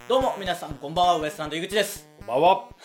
どうも皆さんこんばんは、ウエストランド井口です。 こんばんは。 はい、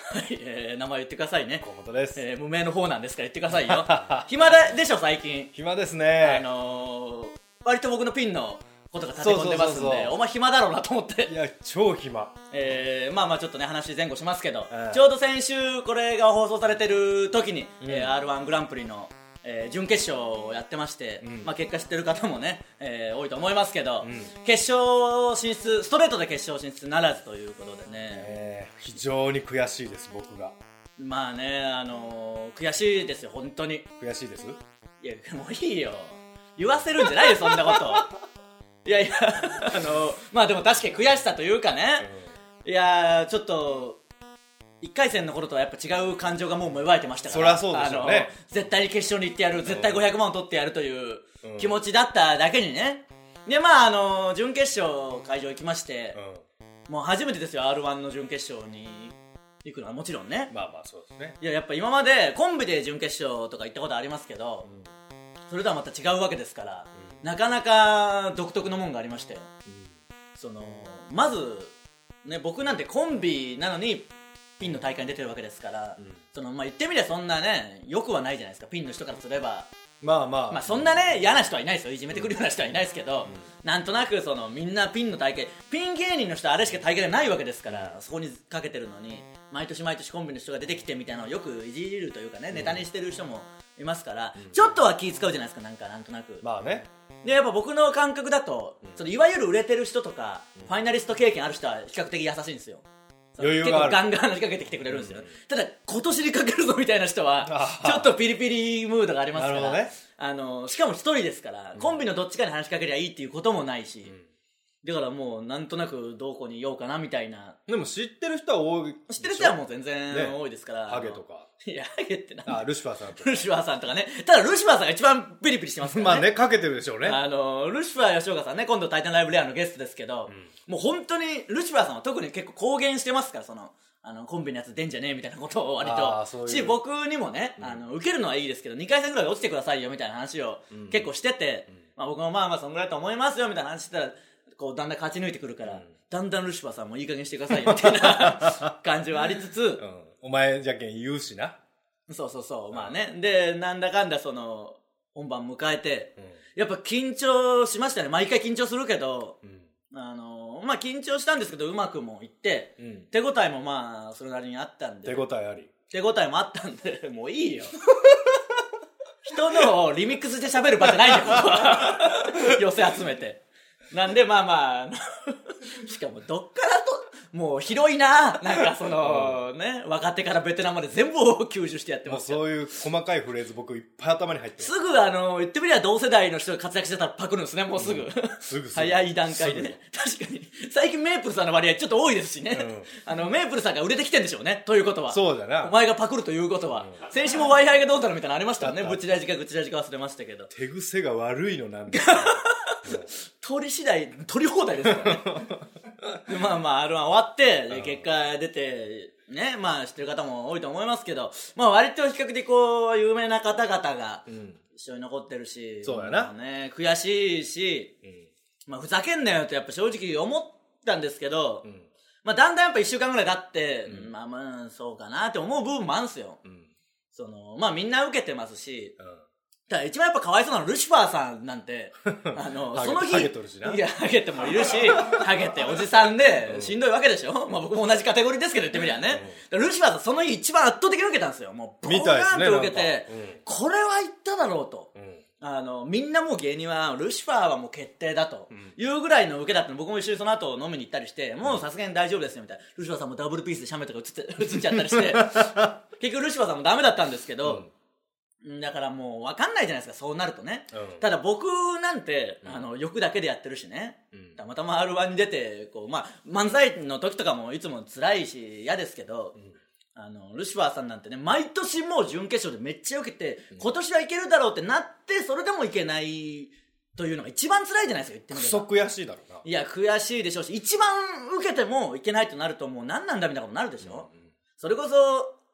名前言ってくださいね。 小本です。 無名の方なんですから言ってくださいよ。暇だでしょ最近。 暇ですね。 割と僕のピンのことが立て込んでますんで、お前暇だろうなと思って。 いや超暇。 まあちょっとね話前後しますけど、ちょうど先週これが放送されてる時に、R1 グランプリの準決勝をやってまして、結果知ってる方もね、多いと思いますけど、決勝進出、ストレートで決勝進出ならずということでね、 非常に悔しいです僕が。 まあね、悔しいですよ本当に。 悔しいです。 いやもういいよ、言わせるんじゃないよそんなこといやまあでも確かに悔しさというかね、いやちょっと1回戦の頃とはやっぱ違う感情がもう芽生えてましたから。 そりゃそうでしょうね。 絶対に決勝に行ってやる、絶対500万を取ってやるという気持ちだっただけにね。でまあ準決勝会場行きまして、もう初めてですよ R1 の準決勝に行くのは。もちろんね、 まあまあそうですね。 いややっぱ今までコンビで準決勝とか行ったことありますけど、それとはまた違うわけですから、なかなか独特のもんがありましたよ。まずね、僕なんてコンビなのにピンの大会に出てるわけですから、言ってみればそんなねよくはないじゃないですか、ピンの人からすれば。まあそんなね嫌な人はいないですよ、いじめてくるような人はいないですけど、なんとなくみんなピンの大会、ピン芸人の人はあれしか大会がないわけですから、そこにかけてるのに毎年毎年コンビの人が出てきてみたいなのをよくいじるというかね、ネタにしてる人もいますから、ちょっとは気使うじゃないですか、なんとなく。 まあね。 でやっぱ僕の感覚だと、いわゆる売れてる人とか、ファイナリスト経験ある人は比較的優しいんですよ。 余裕がある。 結構ガンガン話しかけてきてくれるんですよ、ただ今年にかけるぞみたいな人はちょっとピリピリムードがありますから、ね、しかも一人ですから、コンビのどっちかに話しかけりゃいいっていうこともないし、だからもうなんとなくどこにいようかなみたいな。 でも知ってる人は多い。 知ってる人はもう全然多いですから、 ハゲとか。 いやハゲってなんルシファーさんとか。 ルシファーさんとかね。ただルシファーさんが一番ピリピリしてますからね。 まあね、かけてるでしょうね。 ルシファー吉岡さんね、今度タイタンライブレアのゲストですけど、もう本当にルシファーさんは特に結構公言してますから、コンビのやつ出んじゃねえみたいなことを割とし、僕にもね、受けるのはいいですけど2回戦ぐらい落ちてくださいよみたいな話を結構してて、僕もまあそんぐらいと思いますよみたいな話してたら、こうだんだん勝ち抜いてくるから、だんだんルシファーさんもいい加減してくださいよみたいな感じはありつつ、 お前じゃけん言うしな。 そうまあね。でなんだかんだ本番迎えて、やっぱ緊張しましたね。毎回緊張するけど、まあ緊張したんですけどうまくもいって、手応えもまあそれなりにあったんで。 手応えあり。 手応えもあったんでもういいよ人のをリミックスして喋る場じゃないんだよここは寄せ集めて。なんでまあしかもどっからともう広いな、なんかね、若手からベテランまで全部を吸収してやってますよ。 そういう細かいフレーズ僕いっぱい頭に入ってる。 すぐ言ってみれば同世代の人が活躍してたらパクるんですね、もうすぐ。すぐ早い段階でね。確かに。最近メープルさんの割合ちょっと多いですしね。メープルさんが売れてきてんでしょうね、ということは。 そうだな。 お前がパクるということは。先週も Wi-Fi がどうだろうみたいなのありましたよね。ぶちラジか忘れましたけど。 手癖が悪いのなんだ取り次第、取り放題ですからね。まあ R1 終わって、結果出て、ね、まあ知ってる方も多いと思いますけど、まあ割と比較的有名な方々が一緒に残ってるし、 そうやな。 ね、悔しいし、まあふざけんなよってやっぱ正直思ったんですけど、まあだんだんやっぱ1週間ぐらい経って、まあそうかなって思う部分もあるんですよ。まあみんな受けてますし、だから一番やっぱかわいそうなのルシファーさんなんてその日ハゲとるしな。 いやハゲてもいるしハゲておじさんでしんどいわけでしょ、まあ僕も同じカテゴリーですけど言ってみりゃね、ルシファーさんその日一番圧倒的に受けたんですよ。もうボーンと受けて、これは言っただろうと、みんなもう芸人はルシファーはもう決定だというぐらいの受けだったの。僕も一緒にその後飲みに行ったりして、もうさすがに大丈夫ですよみたいな、ルシファーさんもダブルピースでシャメとか映っちゃったりして結局ルシファーさんもダメだったんですけど、だからもう分かんないじゃないですか、そうなるとね、ただ僕なんて欲だけでやってるしね、たまたま R1 に出てまあ漫才の時とかもいつも辛いし嫌ですけど、ルシファーさんなんてね毎年もう準決勝でめっちゃ受けて、今年はいけるだろうってなってそれでもいけないというのが一番辛いじゃないですか、言ってみれば。 クソ悔しいだろうな。 いや悔しいでしょうし、一番受けてもいけないとなるともう何なんだみたいなことになるでしょ、それこそ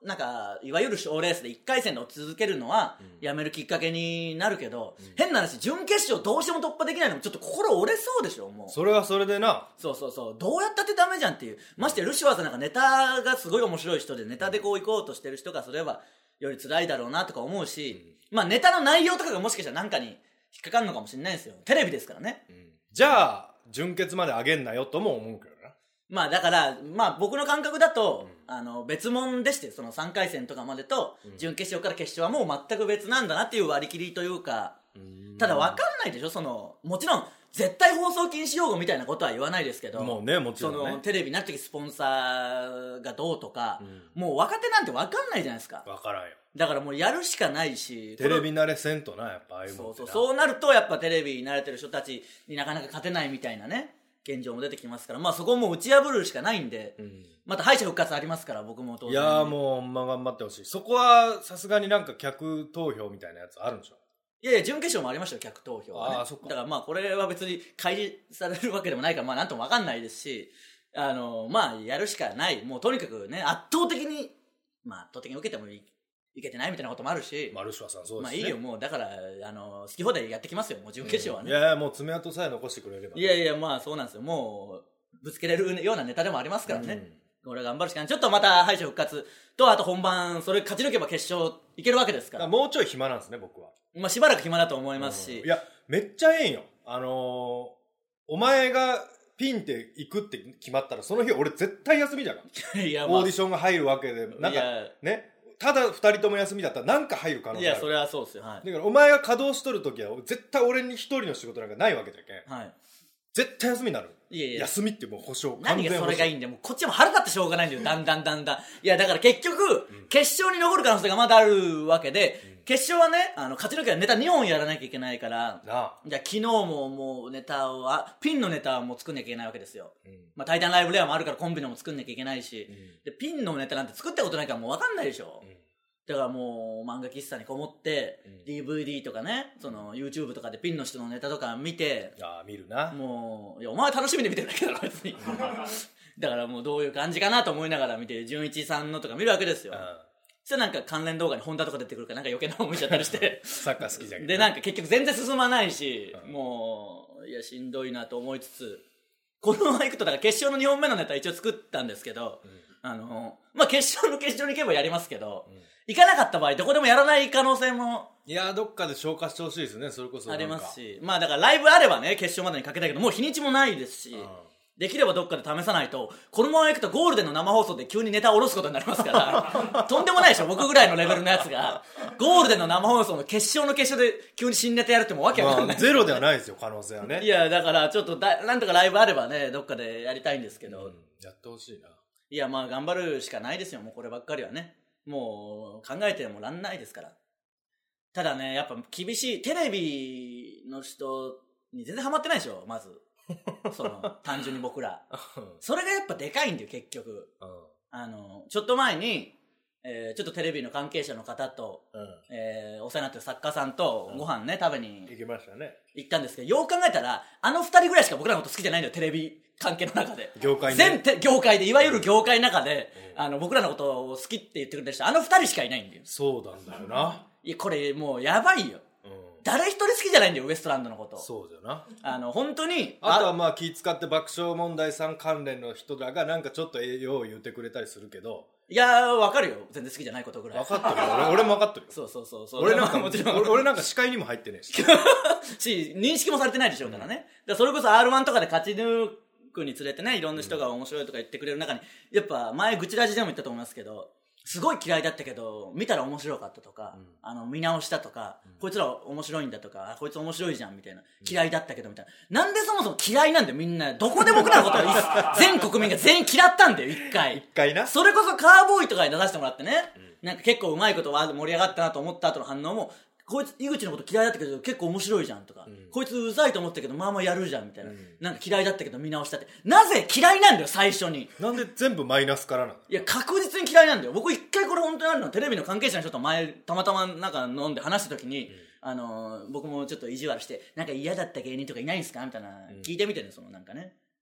なんかいわゆる賞レースで1回戦で続けるのはやめるきっかけになるけど、変な話準決勝どうしても突破できないのもちょっと心折れそうでしょ。もうそれはそれでな。 そうどうやったってダメじゃんっていう。ましてルシファーさんなんかネタがすごい面白い人で、ネタでこう行こうとしてる人がすればより辛いだろうなとか思うし、まあネタの内容とかがもしかしたら何かに引っかかるのかもしれないですよ。テレビですからね、 じゃあ準決まで上げんなよとも思うけどな。 まあだからまあ僕の感覚だと、別物でして、その3回戦とかまでと準決勝から決勝はもう全く別なんだなっていう割り切りというか、ただ分かんないでしょ。そのもちろん絶対放送禁止用語みたいなことは言わないですけど、 もうね、もちろんね、 そのテレビになった時スポンサーがどうとか、もう若手なんて分かんないじゃないですか。 分からんよ。 だからもうやるしかないし、 テレビ慣れせんとな、やっぱああいうもんってな。 そうなるとやっぱテレビに慣れてる人たちになかなか勝てないみたいなね現状も出てきますから、まあそこをもう打ち破るしかないんで、また敗者復活ありますから、僕も当然。 いやーもうほんま頑張ってほしい。そこはさすがになんか客投票みたいなやつあるんでしょ。 いや準決勝もありましたよ、客投票は、ね、 あ、そっか。 だからまあこれは別に開示されるわけでもないから、まあなんとも分かんないですし、まあやるしかない。もうとにかくね、圧倒的に受けてもいけてないみたいなこともあるし、 マルシュワさんそうですね。 まあいいよ、もうだから好き放題やってきますよ、もう準決勝はね。 いやもう爪痕さえ残してくれれば、ね、 いやまあそうなんですよ。もうぶつけれるようなネタでもありますからね、俺は頑張るしかない。ちょっとまた敗者復活と、あと本番それ勝ち抜けば決勝いけるわけですから。 もうちょい暇なんですね、僕は。 まあしばらく暇だと思いますし、 いやめっちゃええんよ。お前がピンって行くって決まったらその日俺絶対休みだからいや、まあ、オーディションが入るわけでなんかね、ただ2人とも休みだったらなんか入る可能性ある。 いやそれはそうですよ、はい、 だからお前が稼働しとる時は絶対俺に一人の仕事なんかないわけだけん、はい、絶対休みになる。いや休みってもう保証、 何がそれがいいんだよ。もうこっちも腹立ってしょうがないんだよ、だんだんいやだから結局、決勝に残る可能性がまだあるわけで、決勝はね勝ち抜けはネタ2本やらなきゃいけないから、じゃあ昨日ももうネタをピンのネタも作んなきゃいけないわけですよ、まあタイタンライブレアもあるからコンビのも作んなきゃいけないし、でピンのネタなんて作ったことないからもう分かんないでしょ、だからもう漫画喫茶にこもって、DVD とかね、その YouTube とかでピンの人のネタとか見て、 見るな。 もういやお前は楽しみで見てるだけだろ別にだからもうどういう感じかなと思いながら見て、純一さんのとか見るわけですよ。それなんか関連動画にホンダとか出てくるからなんか余計な思い見ちゃったりしてサッカー好きじゃんでなんか結局全然進まないし、もういやしんどいなと思いつつ、このままいくとだから決勝の2本目のネタ一応作ったんですけど、まあ決勝に行けばやりますけど、行かなかった場合どこでもやらない可能性もどっかで消化してほしいですね。それこそありますし、まあだからライブあればね決勝までにかけたいけど、もう日にちもないですし、できればどっかで試さないと、このまま行くとゴールデンの生放送で急にネタを下ろすことになりますからとんでもないでしょ、僕ぐらいのレベルのやつがゴールデンの生放送の決勝の決勝で急に新ネタやるってもわけわかんない、 ゼロではないですよ、可能性はね。 いやだからちょっとなんとかライブあればねどっかでやりたいんですけど、 やってほしいな。 いやまあ頑張るしかないですよ、もうこればっかりはね。もう考えてもらんないですから。ただねやっぱ厳しい、テレビの人に全然ハマってないでしょまずその単純に僕らそれがやっぱでかいんだよ結局、ちょっと前に、ちょっとテレビの関係者の方と、お世話になってる作家さんとご飯ね、食べに行きましたね。 行ったんですけど、よく考えたら2人ぐらいしか僕らのこと好きじゃないんだよ、テレビ関係の中で。 業界ね。 業界で、いわゆる業界の中で、僕らのことを好きって言ってくれた人2人しかいないんだよ。 そうなんだよな。 いやこれもうやばいよ、誰一人好きじゃないんだよウエストランドのこと。 そうだよな。 本当にあとはまあ気使って爆笑問題さん関連の人らがなんかちょっと栄養を言ってくれたりするけど、 いやー分かるよ、全然好きじゃないことぐらい分かってるよ。俺も分かってるよ。 そう俺なんかもちろん俺なんか視界にも入ってねえし認識もされてないでしょうからね、だからそれこそ R1 とかで勝ち抜くにつれてね、いろんな人が面白いとか言ってくれる中に、やっぱ前愚痴ラジでも言ったと思いますけど、すごい嫌いだったけど見たら面白かったとか、見直したとか、こいつら面白いんだとか、こいつ面白いじゃんみたいな、嫌いだったけどみたいな、なんでそもそも嫌いなんだよみんな。どこで僕らのことを全国民が全員嫌ったんだよ一回な。 それこそカーボーイとかに出させてもらってね、なんか結構うまいこと盛り上がったなと思った後の反応も、こいつ井口のこと嫌いだったけど結構面白いじゃんとか、こいつうざいと思ったけどまあまあやるじゃんみたいな、なんか嫌いだったけど見直したって、なぜ嫌いなんだよ最初に。 なんで全部マイナスからなの。 いや確実に嫌いなんだよ。僕一回これ本当にあるのは、テレビの関係者の人と前たまたまなんか飲んで話した時に、僕もちょっと意地悪して、なんか嫌だった芸人とかいないんすかみたいな聞いてみてね、そのなんかね、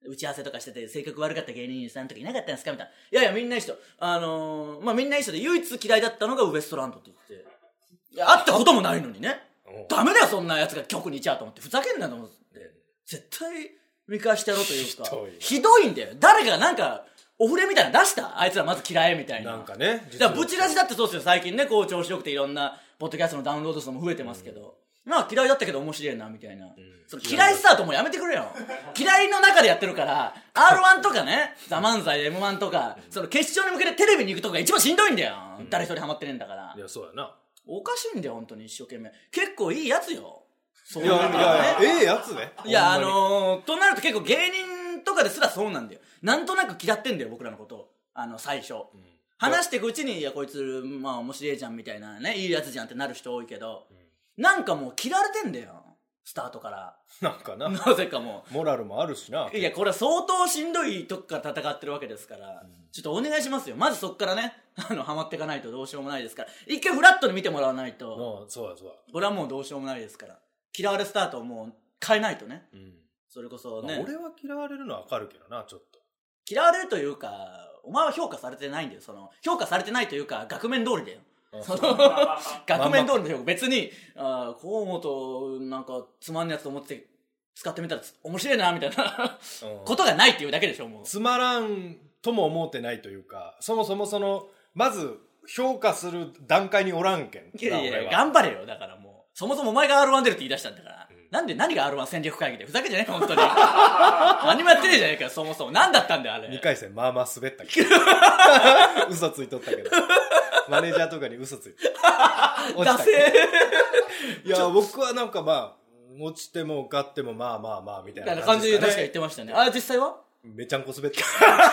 打ち合わせとかしてて性格悪かった芸人さんとかいなかったんですかみたいな。いやいやみんないい人。みんないい人で唯一嫌いだったのがウエストランドって言って。いや、会ったこともないのにね。ダメだよそんな奴が局にいちゃうと思って。ふざけんなと思って。絶対見返してやろうというか。ひどいんだよ。誰かなんか、オフレみたいなの出したあいつらまず嫌いみたいな。 なんかね。 だからブチラジだってそうですよ。最近ね、こう調子よくていろんなポッドキャストのダウンロード数も増えてますけど。まあ嫌いだったけど面白いなみたいな、その嫌いスタートもやめてくれよ。嫌いの中でやってるから R1 とかね、ザ漫才 M1 とかその決勝に向けてテレビに行くとかが一番しんどいんだよ、誰一人ハマってねえんだから。 いやそうやな、 おかしいんだよ本当に。一生懸命結構いいやつよ。 そういう意味ではね。ええやつね。 いやとなると結構芸人とかですらそうなんだよ。なんとなく嫌ってんだよ僕らのこと最初、話していくうちにいやこいつまあ面白いじゃんみたいなね、いいやつじゃんってなる人多いけど、なんかもう嫌われてんだよスタートから。 なんかなぜかもうモラルもあるしな。 いやこれは相当しんどいとこから戦ってるわけですから、ちょっとお願いしますよ。まずそっからねハマっていかないとどうしようもないですから、一回フラットに見てもらわないと。 そうだこれはもうどうしようもないですから、嫌われスタートをもう変えないとね、それこそね、 俺は嫌われるのはわかるけどな。ちょっと嫌われるというかお前は評価されてないんだよ。その評価されてないというか額面通りだよ。その額面通りの評価、別に河本なんかつまんねえやつと思って使ってみたら面白いなみたいなことがないっていうだけでしょ。もうつまらんとも思ってないというか、そもそもそのまず評価する段階におらんけん。 いや頑張れよ。だからもうそもそもお前が R1 出るって言い出したんだから、なんで何が R1 戦略会議でふざけじゃねえか本当に何もやってねえじゃねえか。そもそも何だったんだよあれ。 2回戦まあまあ滑ったけど嘘ついとったけどマネージャーとかに嘘ついてダセー。いや僕はなんかまあ落ちても受かってもまあまあまあみたいな感じで確かに言ってましたね。あ実際はめちゃんこ滑った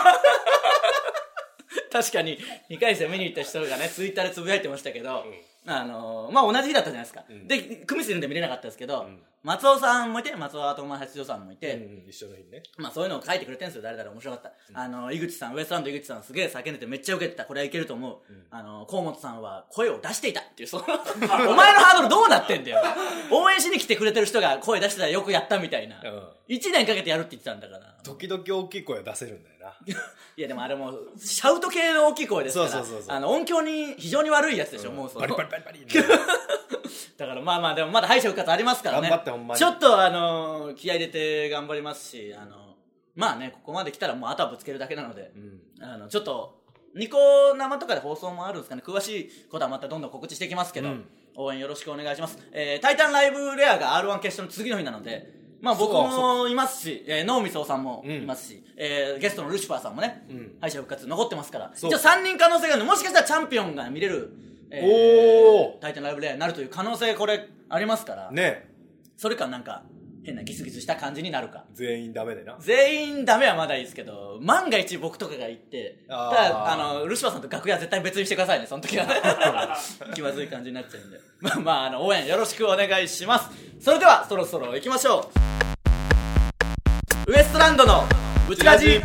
確かに2回戦見に行った人がねツイッターでつぶやいてましたけど、まあ同じ日だったじゃないですか、で組みするんで見れなかったですけど、松尾さんもいて、松尾後間八丈さんもいて、 一緒の日ね。 まあそういうのを書いてくれてるんですよ。誰々面白かった、井口さん、ウエストランド井口さんすげえ叫んでてめっちゃウケてた、これはいけると思う、河本さんは声を出していたっていうそのお前のハードルどうなってんだよ応援しに来てくれてる人が声出してたらよくやったみたいな、1年かけてやるって言ってたんだから。 時々大きい声出せるんだよいやでもあれもシャウト系の大きい声ですから、そう音響に非常に悪いやつでしょ、もうそのバリバリバリバリだからまあまあでもまだ敗者復活ありますからね。 頑張ってほんまにちょっと気合い入れて頑張りますし、まあねここまで来たらもうあとはぶつけるだけなので、ちょっとニコ生とかで放送もあるんですかね。詳しいことはまたどんどん告知していきますけど、応援よろしくお願いします。タイタンライブレアが R1 決勝の次の日なので、まあ僕もいますし、脳みそさんもいますし、ゲストのルシファーさんもね、敗者復活残ってますから、じゃあ3人可能性があるの。もしかしたらチャンピオンが見れる、タイタンライブレアになるという可能性これありますからね。それかなんか変なギスギスした感じになるか。 全員ダメでな。 全員ダメはまだいいですけど、万が一僕とかが行ってただルシファーさんと楽屋絶対別にしてくださいね、その時はね気まずい感じになっちゃうんでまあ応援よろしくお願いします。それではそろそろ行きましょう。ウエストランドのブチラジ。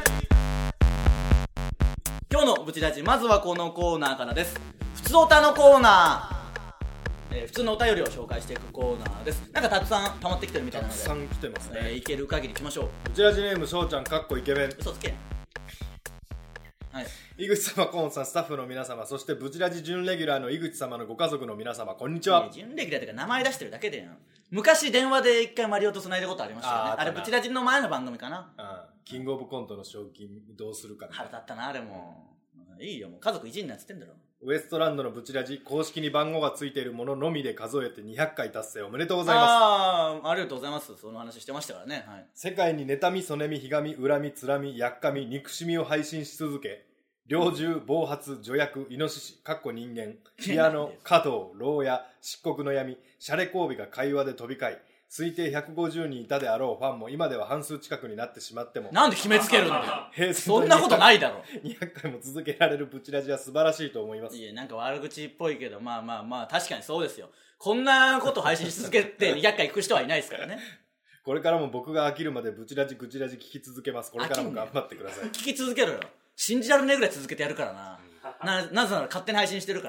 今日のブチラジ、まずはこのコーナーからです。ふつおたのコーナー、普通のお便りを紹介していくコーナーです。なんかたくさん溜まってきてるみたいなので、 たくさん来てますね。 いける限り行きましょう。 ブチラジネームしょうちゃんかっこイケメン。 嘘つけ。はい、 井口様、河本さん、スタッフの皆様、そしてブチラジ準レギュラーの井口様のご家族の皆様、こんにちは。 準レギュラーというか名前出してるだけでやん。昔電話で一回マリオと繋いだことありましたよね。あれブチラジの前の番組かな。 キングオブコントの賞金どうするか。 腹立ったなあれも。いいよもう家族いじんなっつってんだろ。 ウエストランドのブチラジ公式に番号がついているもののみで数えて200回達成おめでとうございます。 ありがとうございます。その話してましたからね、はい、 世界に妬みそねみひがみ恨みつらみやっかみ憎しみを配信し続け、猟銃暴発助役イノシシかっこ人間ピアノ加藤牢屋漆黒の闇シャレ交尾が会話で飛び交い、推定150人いたであろうファンも今では半数近くになってしまっても、 なんで決めつけるんだよそんなことないだろ。 200回も続けられるブチラジは素晴らしいと思います。 いやなんか悪口っぽいけど、まあ確かにそうですよ。こんなこと配信し続けて200回行く人はいないですからね。 これからも僕が飽きるまでブチラジグチラジ聞き続けます。これからも頑張ってください。 聞き続けろよ。信じられねえぐらい続けてやるからな。なぜなら勝手に配信してるからな。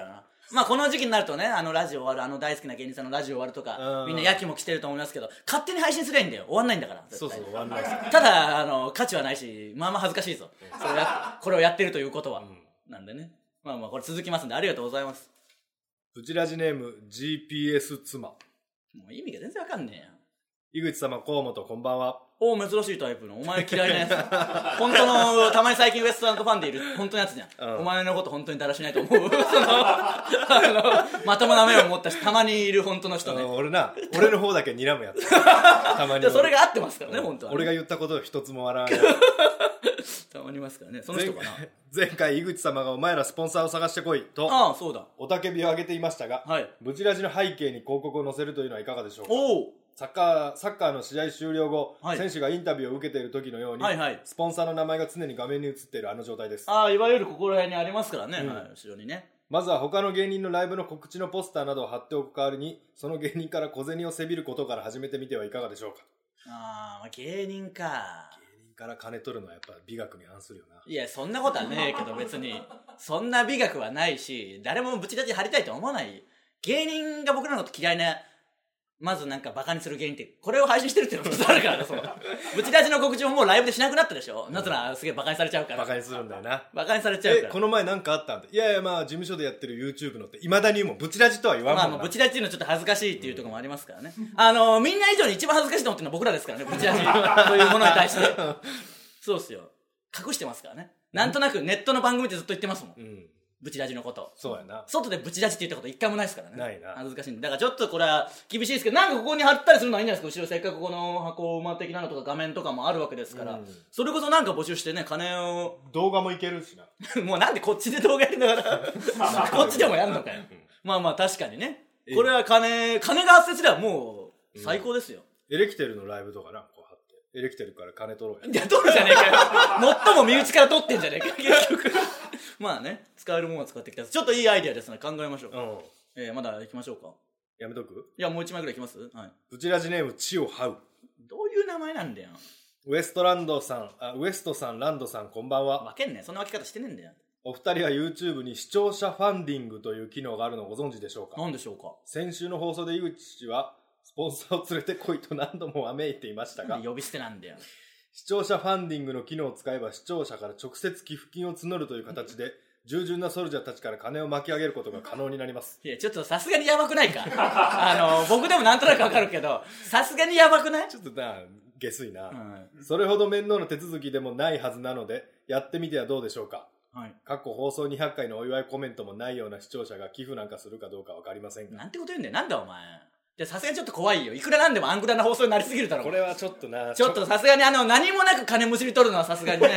まあこの時期になるとね、ラジオ終わる、大好きな芸人さんのラジオ終わるとか、みんなやきもきしてると思いますけど、勝手に配信すりゃいいんだよ。終わんないんだから。 そうそう、終わんないです。 ただ価値はないし、まあまあ恥ずかしいぞ。これをやってるということは、なんでね。まあまあこれ続きますんで、ありがとうございます。 ブチラジネーム GPS 妻。もう意味が全然わかんねえや。 井口様、河本、こんばんは。 珍しいタイプのお前嫌いなやつ本当のたまに最近ウエストランドファンでいる本当のやつじゃん、お前のこと本当にだらしないと思うまともな目を持ったしたまにいる本当の人ね。 俺の方だけ睨むやつたまにそれが合ってますからね、本当は、ね、 俺が言ったことを一つも笑わないたまにいますからね。その人かな。 前回井口様がお前らスポンサーを探してこいとそうだ雄たけびを上げていましたが、はい、ブチラジの背景に広告を載せるというのはいかがでしょうか。サッカーの試合終了後、はい、選手がインタビューを受けている時のように、はいはい、スポンサーの名前が常に画面に映っている状態です。 いわゆるここら辺にありますからね、はい、後ろにね。 まずは他の芸人のライブの告知のポスターなどを貼っておく代わりに、その芸人から小銭をせびることから始めてみてはいかがでしょうか。 芸人か。 芸人から金取るのはやっぱ美学に反するよな。 いや、そんなことはねえけど別にそんな美学はないし、誰もブチラジ貼りたいと思わない。芸人が僕らのこと嫌いな、まずなんかバカにする芸人ってこれを配信してるっていうのもあるからね。ブチラジの告知ももうライブでしなくなったでしょ。なぜならすげえバカにされちゃうから。 バカにするんだよな。 バカにされちゃうから。 この前なんかあったんで。いやいや、まあ事務所でやってる YouTube のっていまだに言うもん。ブチラジとは言わんもんな。 ブチラジっていうのはちょっと恥ずかしいっていうところもありますからね。みんな以上に一番恥ずかしいと思ってるのは僕らですからね、ブチラジというものに対してそうっすよ。隠してますからね。なんとなくネットの番組ってずっと言ってますもん、ブチラジのこと。 そうやな。 外でブチラジって言ったこと一回もないですからね。 ないな。 恥ずかしいんで。だからちょっとこれは厳しいですけど、なんかここに貼ったりするのはいいんじゃないですか。後ろせっかくこの箱馬的なのとか画面とかもあるわけですから、それこそなんか募集してね、金を。 動画もいけるしなもうなんでこっちで動画やりながらこっちでもやんのかよまあまあ確かにね、これは金が発生すればもう最高ですよ、 エレキテルのライブとかな、こう貼ってエレキテルから金取ろうや。 いや、取るじゃねえかよ最も身内から取ってんじゃねえか結局まあね、使えるものは使ってきた。ちょっといいアイデアですね。考えましょう。まだ行きましょうか。 やめとく？ いや、もう一枚ぐらい行きます？はい。 ブチラジネーム地を這う。 どういう名前なんだよ。 ウエストさん、ランドさん、こんばんは。 分けんね。そんな分け方してねえんだよ。 お二人は YouTube に視聴者ファンディングという機能があるのをご存知でしょうか？ 何でしょうか？ 先週の放送で井口氏はスポンサーを連れてこいと何度もわめいていましたが、 呼び捨てなんだよ。 視聴者ファンディングの機能を使えば視聴者から直接寄付金を募るという形で従順なソルジャーたちから金を巻き上げることが可能になります。 いや、ちょっとさすがにやばくないか僕でもなんとなくわかるけど、さすがにやばくない？ ちょっとな、下水な、それほど面倒な手続きでもないはずなのでやってみてはどうでしょうか。はい、過去放送200回のお祝いコメントもないような視聴者が寄付なんかするかどうか分かりませんが。 なんてこと言うんだよ。なんだお前。さすがにちょっと怖いよ。いくらなんでもアングラな放送になりすぎるだろ。 これはちょっとな。 ちょっとさすがに何もなく金むしり取るのはさすがにね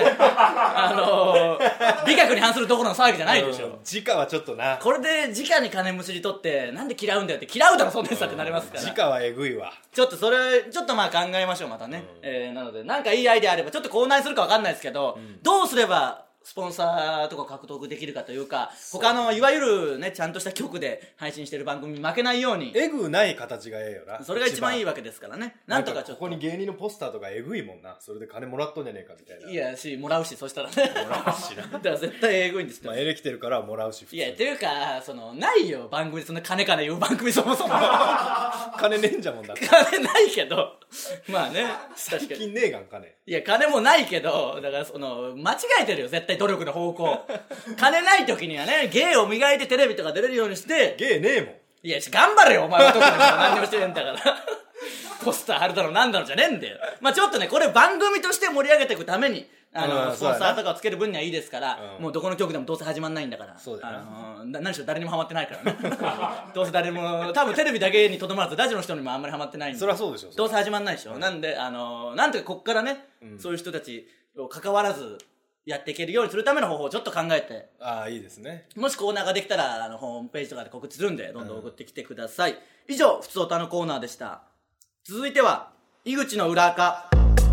美学に反するところの騒ぎじゃないでしょ。 直はちょっとな。 これで直に金むしり取ってなんで嫌うんだよって、嫌うだろそんなやつだってなりますから。 直はえぐいわ。 ちょっとそれちょっとまあ考えましょうまたね、なのでなんかいいアイデアあれば、ちょっとコーナーにするか分かんないですけど、どうすればスポンサーとか獲得できるかというか、他のいわゆるねちゃんとした局で配信してる番組に負けないように。 えぐない形がええよな。 それが一番いいわけですからね。なんとかちょっとここに芸人のポスターとかえぐいもんな。それで金もらっとんじゃねえかみたいな。 いやし、もらうし、そしたらねもらうしなだから絶対えぐいんですよ。 エレキテルからはもらうし。 いや、っていうかないよ番組でそんな金言う番組そもそも金ねえんじゃもんだって。 金ないけどまあね、 最近ねえがん金。 いや、金もないけど、だから間違えてるよ絶対努力の方向金ない時にはね、芸を磨いてテレビとか出れるようにして。 芸ねえもん。 いや、頑張れよお前は。特に何にもしてねえんだからポスター貼るだろなんだろじゃねえんだよ。まあちょっとね、これ番組として盛り上げていくためにスポンサーとかをつける分にはいいですから、もうどこの局でもどうせ始まんないんだから。 そうだよな。 何しろ誰にもハマってないからねどうせ誰も、多分テレビだけにとどまらずラジオの人にもあんまりハマってないんで。 そりゃそうでしょ。 どうせ始まんないでしょ。なんでなんとかこっからね、そういう人たちを関わらずやっていけるようにするための方法をちょっと考えて。 ああ、いいですね。 もしコーナーができたらホームページとかで告知するんで、どんどん送ってきてください。以上、ふつおたのコーナーでした。続いては井口の裏垢。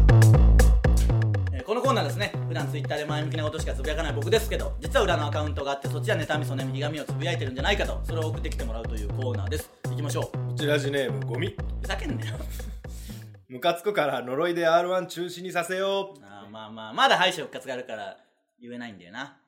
このコーナーですね、普段ツイッターで前向きなことしかつぶやかない僕ですけど、実は裏のアカウントがあって、そっちは妬みそねみひがみをつぶやいてるんじゃないかと、それを送ってきてもらうというコーナーです。いきましょう。 うちラジネームゴミ。 ふざけんなよムカつくから呪いで R1 中止にさせよう。 まあまだ敗者復活があるから言えないんだよな。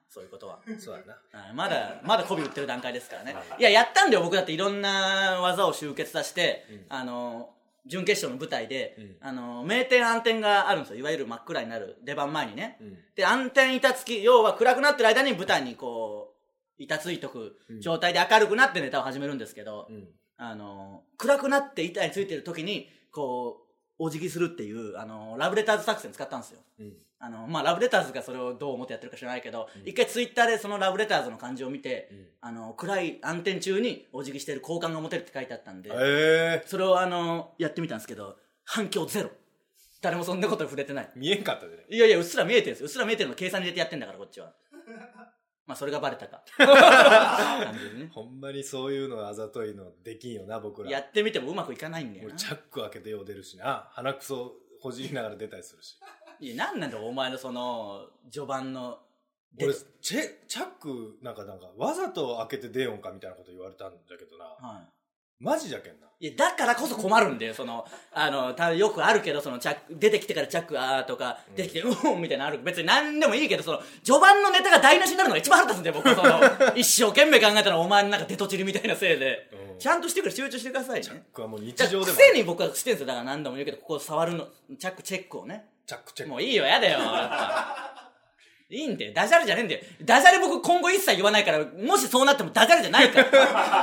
そういうことは。 そうだな。 まだ媚び売ってる段階ですからね。いや、やったんだよ、僕だっていろんな技を集結させて、準決勝の舞台で、明点暗転があるんですよ。いわゆる真っ暗になる出番前にね。で、暗転板付き、要は暗くなってる間に舞台にこう、板ついとく状態で明るくなってネタを始めるんですけど、暗くなって板についてる時に、こう、お辞儀するっていう、ラブレターズ作戦使ったんですよ。ラブレターズがそれをどう思ってやってるか知らないけど、一回ツイッターでそのラブレターズの感じを見て、暗い暗転中にお辞儀してる好感が持てるって書いてあったんで、それをやってみたんですけど、反響ゼロ。誰もそんなことに触れてない。 見えんかったでね。 いやいや、うっすら見えてるんですよ。うっすら見えてるの計算に入れてやってんだからこっちは。まあそれがバレたか。 ほんまにそういうのあざといのできんよな、僕ら。 やってみてもうまくいかないんだよな。 チャック開けてよう出るしな、鼻くそほじりながら出たりするし。 いや、なんなんだお前のその序盤の俺チャックなんかわざと開けて出よんかみたいなこと言われたんだけどな、マジじゃけんな。 いや、だからこそ困るんだよ。よくあるけど、出てきてからチャックとか、出てきて、みたいなのある。別に何でもいいけど、序盤のネタが台無しになるのが一番腹立つんだよ、僕は。一生懸命考えたらお前のなんか出とちりみたいなせいで。ちゃんとしてくれ、集中してくださいね。 チャックはもう日常でも。 癖に僕はしてるんですよ。だから何度も言うけど、ここ触るの、チャックチェックをね。 チャックチェック。 もういいよ、やだよ。いいんだよ。ダジャレじゃねえんだよ。ダジャレ僕今後一切言わないから、もしそうなってもダジャレじゃないから。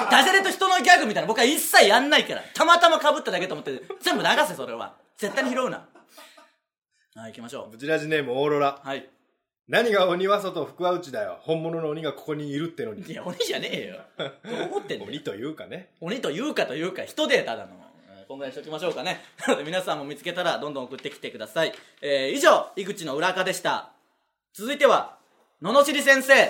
ダジャレと人のギャグみたいな僕は一切やんないから。たまたま被っただけと思って全部流せ、それは。絶対に拾うな。はい、行きましょう。 ブチラジネームオーロラ。 はい。 何が鬼は外、福は内だよ。本物の鬼がここにいるってのに。 いや、鬼じゃねえよ。どう思ってんだよ。 鬼というかね。 鬼というか人データだの。こんぐらいにしときましょうかね。なので皆さんも見つけたらどんどん送ってきてください。以上、井口の裏垢でした。続いては、ののしり先生。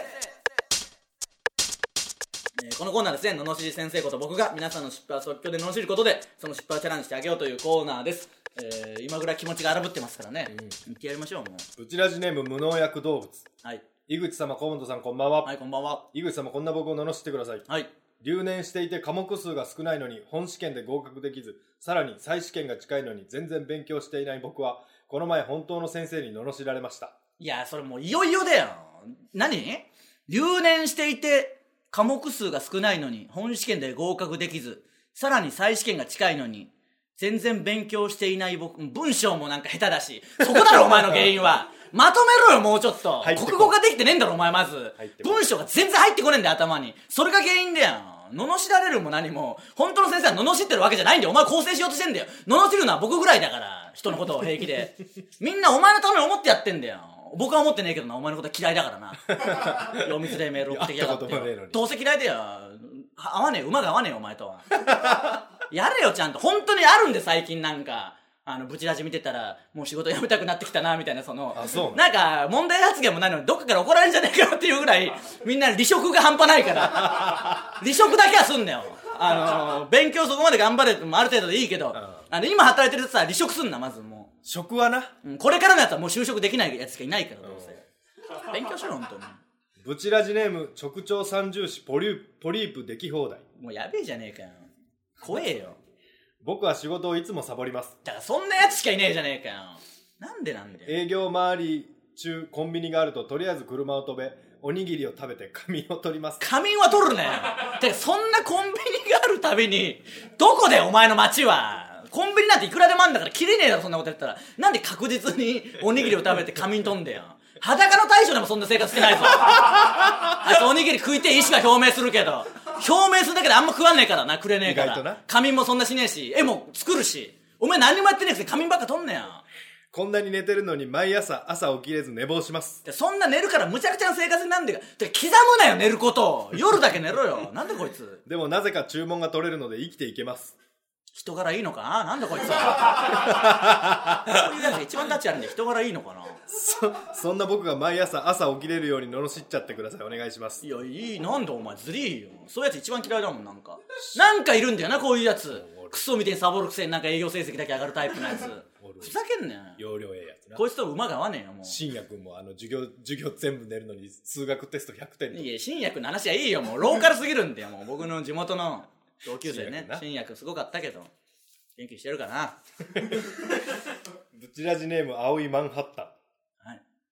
このコーナーですね、ののしり先生こと僕が皆さんの失敗を即興で罵ることで、その失敗をチャレンジしてあげようというコーナーです。今ぐらい気持ちが荒ぶってますからね。言ってやりましょう、もう。 うちラジネーム無農薬動物。 はい。 井口様、河本さん、こんばんは。 はい、こんばんは。 井口様、こんな僕を罵ってください。 はい。 留年していて科目数が少ないのに本試験で合格できず、さらに再試験が近いのに全然勉強していない僕は、この前本当の先生に罵られました。 いや、それもういよいよだよ。何？留年していて科目数が少ないのに本試験で合格できず、さらに再試験が近いのに全然勉強していない僕、文章もなんか下手だし、そこだろお前の原因は。まとめろよ、もうちょっと。国語ができてねえんだろお前。まず文章が全然入ってこねえんだよ、頭に。それが原因だよ。罵られるも何も、本当の先生は罵ってるわけじゃないんだよ。お前構成しようとしてんだよ。罵るのは僕ぐらいだから、人のことを平気で。みんなお前のために思ってやってんだよ。僕は思ってねえけどな、お前のことは嫌いだからな。読みづれメール送ってきやがって。どうせ嫌いだよ。合わねえ、馬が合わねえよお前とは。やれよちゃんと。本当にあるんで最近なんか。ブチラジ見てたらもう仕事辞めたくなってきたなみたいな、なんか問題発言もないのにどっかから怒られるんじゃねえかなっていうぐらいみんな離職が半端ないから離職だけはすんだよ。勉強そこまで頑張れってもある程度でいいけど、今働いてるやつは離職すんな。まずもう職はな、 これからのやつはもう就職できないやつしかいないからどうせ勉強しろ本当に。 ブチラジネーム直腸三重視ポリープでき放題。 もうやべえじゃねえかよ。怖えよ。 僕は仕事をいつもサボります。 だからそんなやつしかいねえじゃねえかよ。なんで営業回り中コンビニがあるととりあえず車を止め、おにぎりを食べて仮眠を取ります。 仮眠は取るね。てかそんなコンビニがあるたびにどこでお前の街は。コンビニなんていくらでもあんだから切れねえだろそんなことやったら。なんで確実におにぎりを食べて仮眠取んだよ。裸の大将でもそんな生活してないぞ。あいつおにぎり食いてえ意思が表明するけど、表明するだけであんま食わねえからな、くれねえから。仮眠もそんなしねえし、絵も作るし。お前何にもやってねえくせに仮眠ばっか取んねえよ。 こんなに寝てるのに毎朝起きれず寝坊します。 そんな寝るからむちゃくちゃな生活になんでか。刻むなよ寝ることを。夜だけ寝ろよ。なんでこいつ。 でもなぜか注文が取れるので生きていけます。 人柄いいのかな。なんだこいつは。そういうやつが一番タッチあるんで人柄いいのかな。 そんな僕が毎朝起きれるように罵っちゃってください。お願いします。 いやいい。なんでお前ずりーよ。そういうやつ一番嫌いだもん。なんかいるんだよなこういうやつ。クソみてえにサボるくせになんか営業成績だけ上がるタイプのやつ。ふざけんねん。 容量ええやつな。 こいつと馬が合わねえよもう。 深夜君も授業全部寝るのに数学テスト100点。 いや深夜君の話はいいよ。もうローカルすぎるんだよ。もう僕の地元の同級生ね。深夜君すごかったけど元気してるかな。 ブチラジネーム青いマンハッタン。 はい。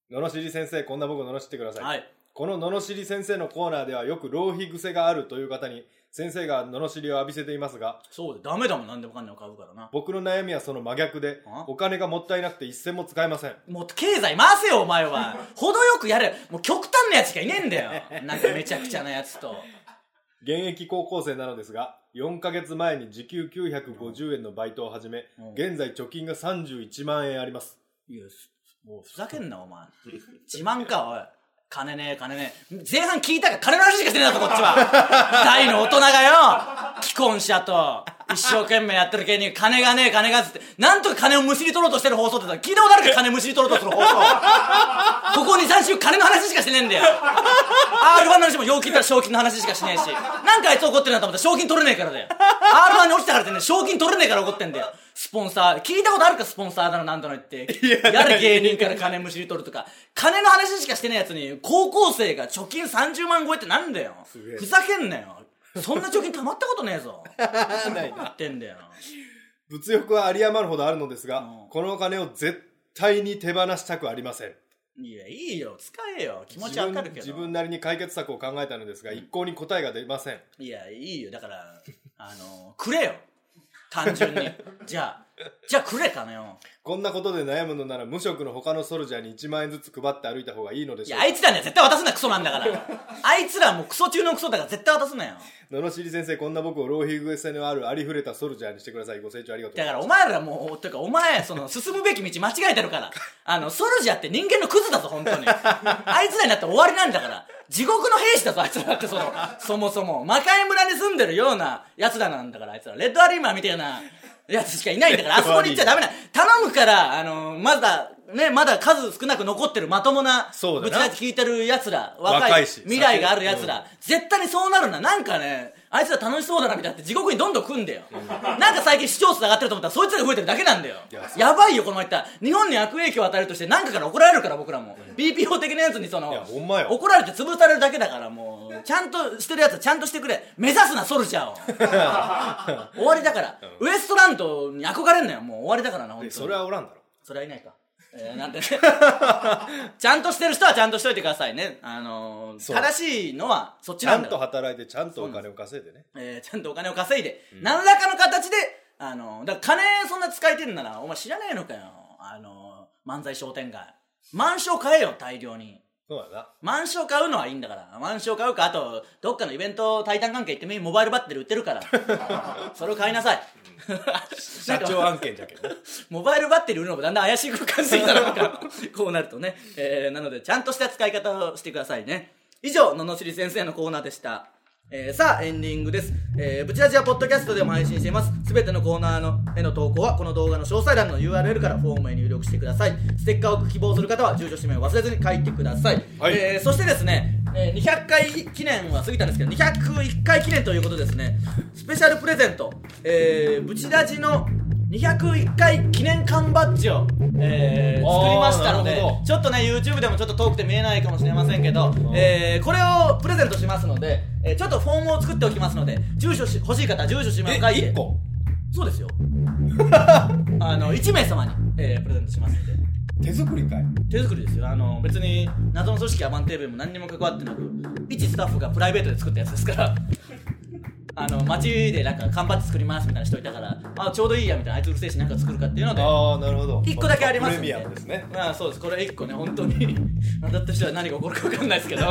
ののしり先生、こんな僕を罵ってください。 はい。 このののしり先生のコーナーではよく浪費癖があるという方に先生がののしりを浴びせていますが、 そうでダメだもん、何でもかんでも買うからな。 僕の悩みはその真逆で、お金がもったいなくて一銭も使えません。 もう経済回せよお前は。程よくやれ。もう極端なやつしかいねえんだよ。なんかめちゃくちゃなやつと。 現役高校生なのですが、4ヶ月前に時給950円のバイトを始め、現在貯金が31万円あります。 いや、もうふざけんなお前。自慢かおい。金ねえ。前半聞いたか金の話しかしてねえだぞこっちは。大の大人がよ、既婚者と一生懸命やってる芸人金がねえっつって、なんとか金をむしり取ろうとしてる放送って聞いたことあるか、金むしり取ろうとする放送。ここ 2,3 週金の話しかしてねえんだよ。R1 の話もよう聞いたら賞金の話しかしねえし、なんかあいつ怒ってるなと思ったら賞金取れねえからだよ。R1 に落ちたからってね、賞金取れねえから怒ってんだよ。スポンサー聞いたことあるか、スポンサーだのなんだの言ってやれ芸人から金むしり取るとか、金の話しかしてねえやつに高校生が貯金30万超えってなんだよ。ふざけんなよ。そんな貯金溜まったことねえぞ。 ないな。 言ってんだよ。 物欲は有り余るほどあるのですが、このお金を絶対に手放したくありません。 いや、いいよ、使えよ。気持ちわかるけど。 自分なりに解決策を考えたのですが、一向に答えが出ません。 いや、いいよ。だからくれよ、単純に。じゃあくれ金よ。 こんなことで悩むのなら無職の他のソルジャーに1万円ずつ配って歩いた方がいいのでしょう。 いや、あいつらには絶対渡すな、クソなんだから。あいつらもうクソ中のクソだから絶対渡すなよ。 ののしり先生、こんな僕を浪費癖のあるありふれたソルジャーにしてください。ご清聴ありがとうございます。 だからお前らもう、てかお前進むべき道間違えてるから。ソルジャーって人間のクズだぞ本当に。あいつらになったら終わりなんだから。地獄の兵士だぞあいつらって。そもそも魔界村に住んでるようなやつらなんだから。あいつらレッドアリーマーみたいなやつしかいないんだから。あそこに行っちゃダメな。頼むからまだ数少なく残ってるまともなぶち出し聞いてるやつら、若い未来があるやつら、絶対にそうなるな。なんかね、あいつら楽しそうだなみたいなって地獄にどんどん来んだよ。なんか最近視聴数上がってると思ったらそいつが増えてるだけなんだよ。やばいよこの前言ったら。日本に悪影響を与えるとして何かから怒られるから、僕らも BPO 的なやつに怒られて潰されるだけだから。もうちゃんとしてるやつはちゃんとしてくれ。目指すなソルジャーを。終わりだから。ウエストランドに憧れんなよ。もう終わりだからな本当に。 それはおらんだろ。 それはいないか。なんてね。ちゃんとしてる人はちゃんとしといてくださいね。正しいのはそっちなんだ。 ちゃんと働いてちゃんとお金を稼いでね。 ちゃんとお金を稼いで、何らかの形でだから金そんな使いてんならお前知らねえのかよ。漫才商店街マンション買えよ大量に。 そうだな。 マンション買うのはいいんだから。マンション買うか、あとどっかのイベントタイタン関係行ってみ、モバイルバッテリー売ってるからそれを買いなさい。 社長案件じゃけどモバイルバッテリー売るのもだんだん怪しく感じてきたのかこうなるとね、なのでちゃんとした使い方をしてくださいね。以上、ののしり先生のコーナーでした。さあエンディングです。ブチラジはポッドキャストでも配信しています。すべてのコーナーへの投稿はこの動画の詳細欄の URL からフォームへ入力してください。ステッカーを希望する方は住所氏名を忘れずに書いてください、はい。そしてですね、200回記念は過ぎたんですけど、201回記念ということですね。スペシャルプレゼント、ブチラジの201回記念缶バッジを、作りましたので、ちょっとね YouTube でもちょっと遠くて見えないかもしれませんけど、これをプレゼントしますので、ちょっとフォームを作っておきますので、住所欲しい方住所氏名を書いて。 1個そうですよ。1名様に、プレゼントしますので。 手作りかい。 手作りですよ。別に謎の組織アバンテーブルも何にも関わってなく、一スタッフがプライベートで作ったやつですから街でなんか缶バッジ作りますみたいな人いたから、ちょうどいいやみたいな、あいつうるせえしなんか作るかっていうので、 なるほど、 1個だけありますんで。 プレミアムですね。 そうです。これ1個ね、本当に何だった人は何が起こるか分かんないですけど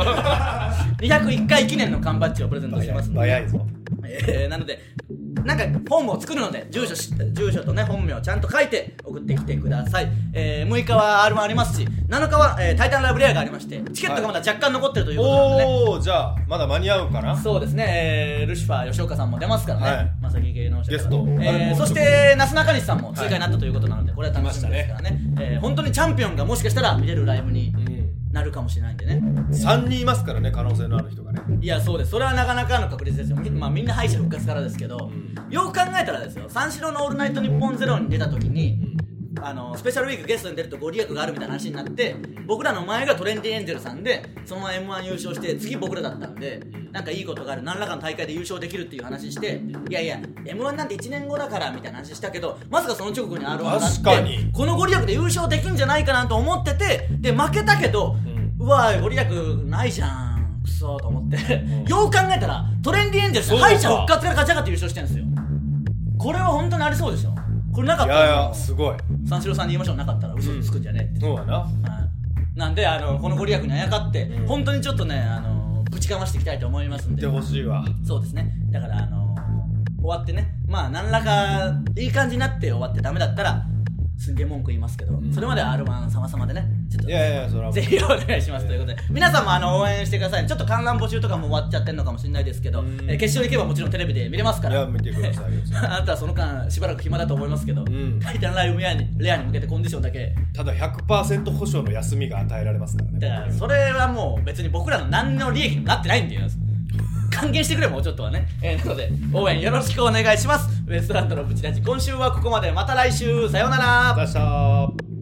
201回記念の缶バッジをプレゼントしますので、 早いぞ。 なのでなんかフォームを作るので、住所とね本名をちゃんと書いて送ってきてください。6日は R1 ありますし、7日は、タイタンライブレアがありまして、チケットがまだ若干残ってるということなのでね。 じゃあまだ間に合うかな。 そうですね、ルシファー吉岡さんも出ますからね、まさき芸能者ゲスト、 そしてなすなかにしさんも追加になったということなので、これは楽しみですからね。本当にチャンピオンがもしかしたら見れるライブになるかもしれないんでね。 3人いますからね、可能性のある人がね。 いや、そうです。それはなかなかの確率ですよ。みんな敗者復活からですけど、よく考えたらですよ、三四郎のオールナイトニッポンゼロに出た時に、スペシャルウィークゲストに出るとご利益があるみたいな話になって、僕らの前がトレンディエンジェルさんで、そのまま M1 優勝して次僕らだったんで、 なんかいいことがある、何らかの大会で優勝できるっていう話して、いやいや M1 なんて1年後だからみたいな話したけど、まさかその直後に R1 があってこのご利益で優勝できんじゃないかなと思ってて、で負けたけど、うわご利益ないじゃんクソと思ってよう考えたらトレンディエンジェルス敗者復活から勝ち上がって優勝してるんですよ。これは本当にありそうでしょ。これなかったら、いやすごい、 三四郎さんに言いましょう、なかったら嘘つくんじゃねえって、 そうやな、 なんでこのご利益にあやかって、本当にちょっとねぶちかましていきたいと思いますんで。 言ってほしいわ。 そうですね。だから終わってね、まあ何らかいい感じになって終わってダメだったらすんげえ文句言いますけど、それまでは R1 様々でね、ちょっといやそれはぜひお願いしますということで、皆さんも応援してください。ちょっと観覧募集とかも終わっちゃってるのかもしれないですけど、決勝行けばもちろんテレビで見れますから。 いや見てくださいよあなたはその間しばらく暇だと思いますけど、タイタンライブレアに向けてコンディションだけただ 100% 保証の休みが与えられますからね。 だからそれはもう別に僕らの何の利益にもなってないんだよ。還元してくれもうちょっとはね、なので応援よろしくお願いします。ウエストランドのブチラジ、今週はここまで。また来週、さようなら。 ありがとうございました。